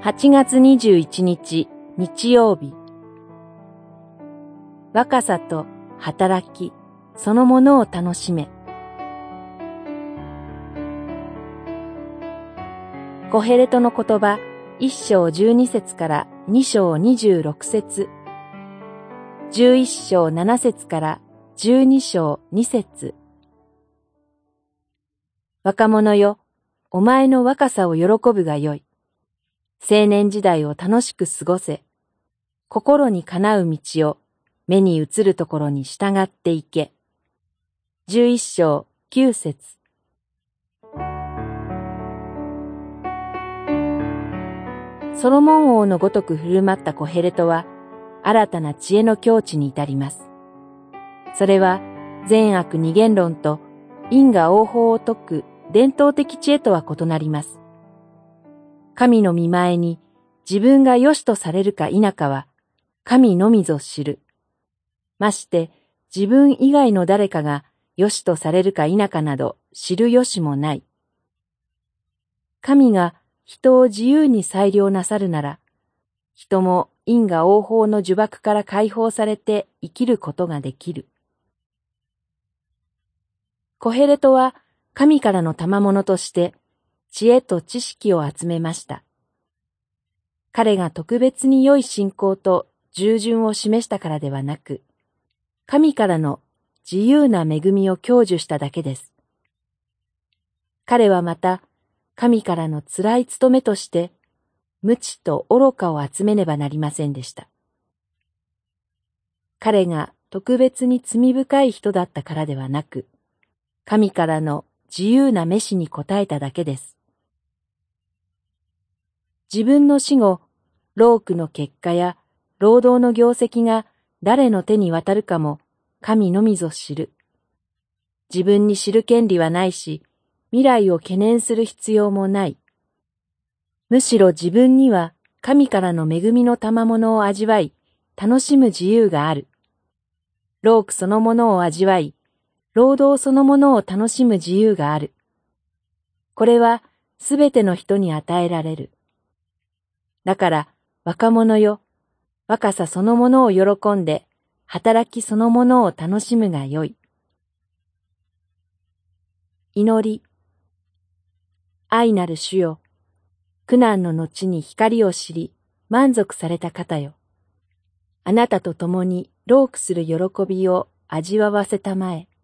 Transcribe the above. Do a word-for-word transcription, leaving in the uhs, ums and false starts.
はちがつにじゅういちにち日曜日。若さと働き、そのものを楽しめ。コヘレトの言葉いっ章じゅうに節からに章にじゅうろく節、じゅういっ章なな節からじゅうに章に節。若者よ、お前の若さを喜ぶがよい。青年時代を楽しく過ごせ。心にかなう道を目に映るところに従っていけ。じゅういっ章きゅう節。ソロモン王のごとく振る舞ったコヘレトは新たな知恵の境地に至ります。それは善悪二元論と因果応報を説く伝統的知恵とは異なります。神の御前に自分が良しとされるか否かは神のみぞ知る。まして自分以外の誰かが良しとされるか否かなど知る由もない。神が人を自由に裁量なさるなら、人も因果応報の呪縛から解放されて生きることができる。コヘレトは神からの賜物として知恵と知識を集めました。彼が特別に良い信仰と従順を示したからではなく、神からの自由な恵みを享受しただけです。彼はまた、神からの辛い務めとして、無知と愚かを集めねばなりませんでした。彼が特別に罪深い人だったからではなく、神からの自由な召しに応えただけです。自分の死後、労苦の結果や労働の業績が誰の手に渡るかも神のみぞ知る。自分に知る権利はないし、未来を懸念する必要もない。むしろ自分には神からの恵みの賜物を味わい、楽しむ自由がある。労苦そのものを味わい、労働そのものを楽しむ自由がある。これはすべての人に与えられる。だから若者よ、若さそのものを喜んで、働きそのものを楽しむがよい。祈り。愛なる主よ、苦難の後に光を知り、満足された方よ。あなたと共に労苦する喜びを味わわせたまえ。